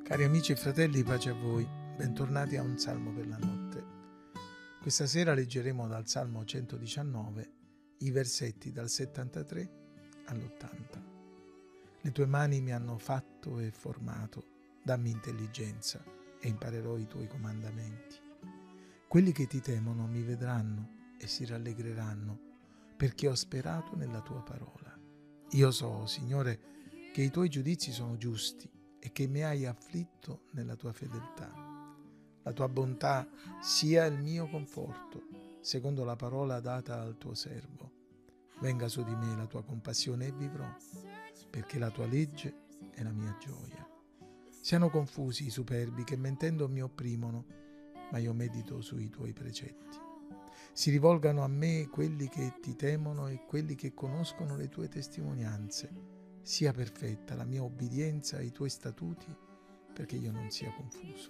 Cari amici e fratelli, pace a voi, bentornati a un Salmo per la notte. Questa sera leggeremo dal Salmo 119 i versetti dal 73 all'80. Le tue mani mi hanno fatto e formato, dammi intelligenza e imparerò i tuoi comandamenti. Quelli che ti temono mi vedranno e si rallegreranno, perché ho sperato nella tua parola. Io so, Signore, che i tuoi giudizi sono giusti e che mi hai afflitto nella tua fedeltà. La tua bontà sia il mio conforto, secondo la parola data al tuo servo. Venga su di me la tua compassione e vivrò, perché la tua legge è la mia gioia. Siano confusi i superbi che mentendo mi opprimono, ma io medito sui tuoi precetti. Si rivolgano a me quelli che ti temono e quelli che conoscono le tue testimonianze. Sia perfetta la mia obbedienza ai tuoi statuti, perché io non sia confuso.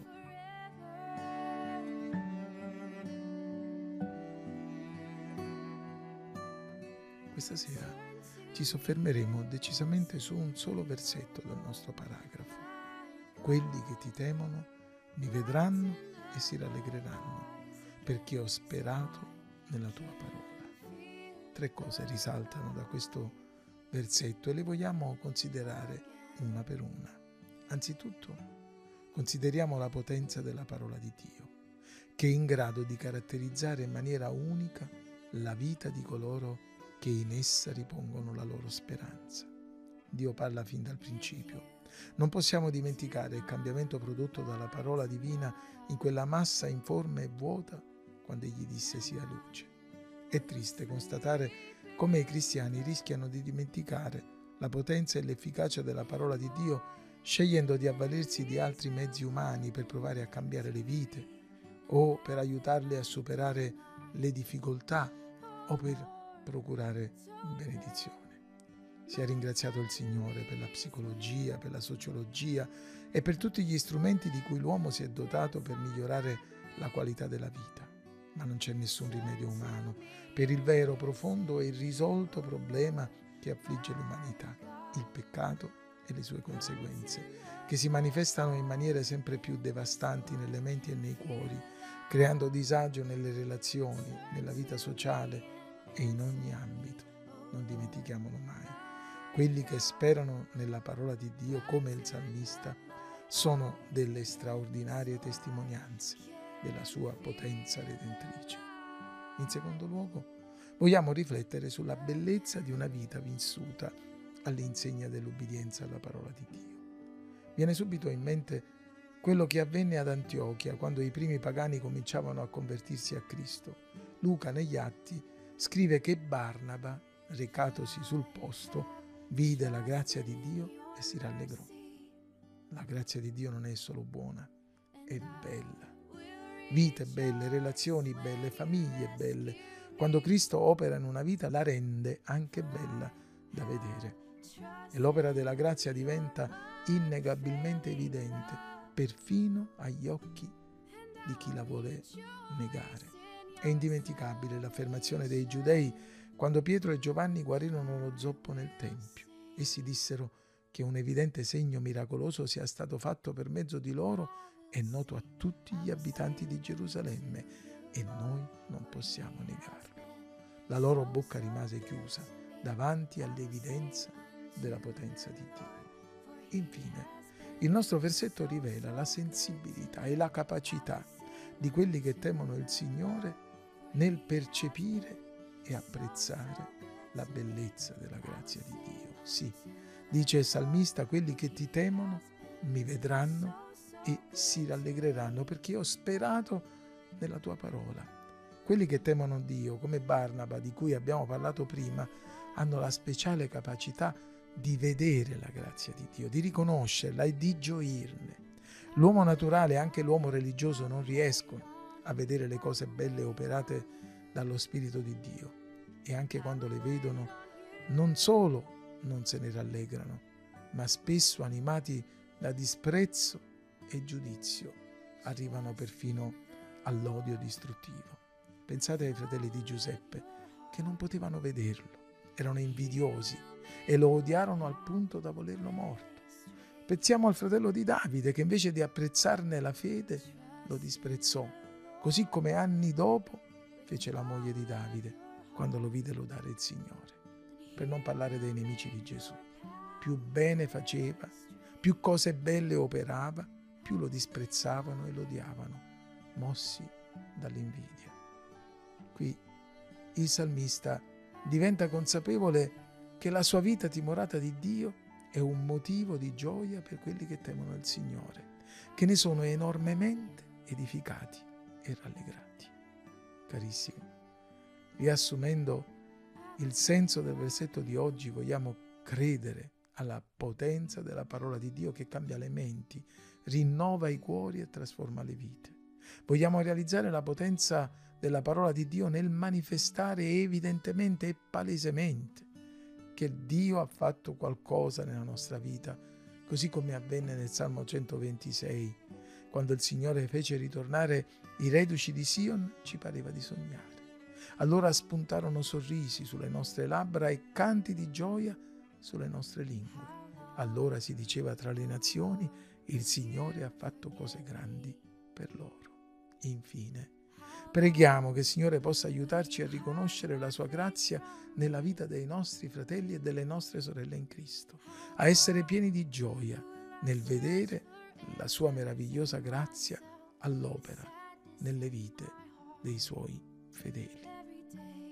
Questa sera ci soffermeremo decisamente su un solo versetto del nostro paragrafo. Quelli che ti temono mi vedranno e si rallegreranno, perché ho sperato nella tua parola. 3 cose risaltano da questo versetto e le vogliamo considerare una per una. Anzitutto, consideriamo la potenza della parola di Dio, che è in grado di caratterizzare in maniera unica la vita di coloro che in essa ripongono la loro speranza. Dio parla fin dal principio. Non possiamo dimenticare il cambiamento prodotto dalla parola divina in quella massa informe e vuota quando egli disse sia luce. È triste constatare come i cristiani rischiano di dimenticare la potenza e l'efficacia della parola di Dio, scegliendo di avvalersi di altri mezzi umani per provare a cambiare le vite, o per aiutarle a superare le difficoltà, o per procurare benedizione. Sia ringraziato il Signore per la psicologia, per la sociologia e per tutti gli strumenti di cui l'uomo si è dotato per migliorare la qualità della vita. Ma non c'è nessun rimedio umano per il vero, profondo e irrisolto problema che affligge l'umanità, il peccato e le sue conseguenze, che si manifestano in maniere sempre più devastanti nelle menti e nei cuori, creando disagio nelle relazioni, nella vita sociale e in ogni ambito. Non dimentichiamolo mai. Quelli che sperano nella parola di Dio, come il salmista, sono delle straordinarie testimonianze della sua potenza redentrice. In secondo luogo, vogliamo riflettere sulla bellezza di una vita vissuta all'insegna dell'ubbidienza alla parola di Dio. Viene subito in mente quello che avvenne ad Antiochia quando i primi pagani cominciavano a convertirsi a Cristo. Luca negli Atti scrive che Barnaba, recatosi sul posto, vide la grazia di Dio e si rallegrò. La grazia di Dio non è solo buona, è bella. Vite belle, relazioni belle, famiglie belle. Quando Cristo opera in una vita la rende anche bella da vedere. E l'opera della grazia diventa innegabilmente evidente, perfino agli occhi di chi la vuole negare. È indimenticabile l'affermazione dei giudei quando Pietro e Giovanni guarirono lo zoppo nel Tempio. Essi dissero che un evidente segno miracoloso sia stato fatto per mezzo di loro è noto a tutti gli abitanti di Gerusalemme e noi non possiamo negarlo. La loro bocca rimase chiusa davanti all'evidenza della potenza di Dio. Infine, il nostro versetto rivela la sensibilità e la capacità di quelli che temono il Signore nel percepire e apprezzare la bellezza della grazia di Dio. Sì, dice il salmista, quelli che ti temono mi vedranno e si rallegreranno perché ho sperato nella tua parola. Quelli che temono Dio, come Barnaba, di cui abbiamo parlato prima, hanno la speciale capacità di vedere la grazia di Dio, di riconoscerla e di gioirne. L'uomo naturale e anche l'uomo religioso non riescono a vedere le cose belle operate dallo Spirito di Dio e anche quando le vedono non solo non se ne rallegrano, ma spesso animati da disprezzo e giudizio arrivano perfino all'odio distruttivo. Pensate ai fratelli di Giuseppe che non potevano vederlo, erano invidiosi e lo odiarono al punto da volerlo morto. Pensiamo al fratello di Davide che invece di apprezzarne la fede lo disprezzò, così come anni dopo fece la moglie di Davide quando lo vide lodare il Signore. Per non parlare dei nemici di Gesù. Più bene faceva, più cose belle operava, più lo disprezzavano e lo odiavano, mossi dall'invidia. Qui il salmista diventa consapevole che la sua vita timorata di Dio è un motivo di gioia per quelli che temono il Signore, che ne sono enormemente edificati e rallegrati. Carissimi, riassumendo il senso del versetto di oggi, vogliamo credere alla potenza della parola di Dio che cambia le menti, rinnova i cuori e trasforma le vite. Vogliamo realizzare la potenza della parola di Dio nel manifestare evidentemente e palesemente che Dio ha fatto qualcosa nella nostra vita, così come avvenne nel Salmo 126, quando il Signore fece ritornare i reduci di Sion, ci pareva di sognare. Allora spuntarono sorrisi sulle nostre labbra e canti di gioia sulle nostre lingue. Allora si diceva tra le nazioni, il Signore ha fatto cose grandi per loro. Infine, preghiamo che il Signore possa aiutarci a riconoscere la sua grazia nella vita dei nostri fratelli e delle nostre sorelle in Cristo, a essere pieni di gioia nel vedere la sua meravigliosa grazia all'opera nelle vite dei suoi fedeli.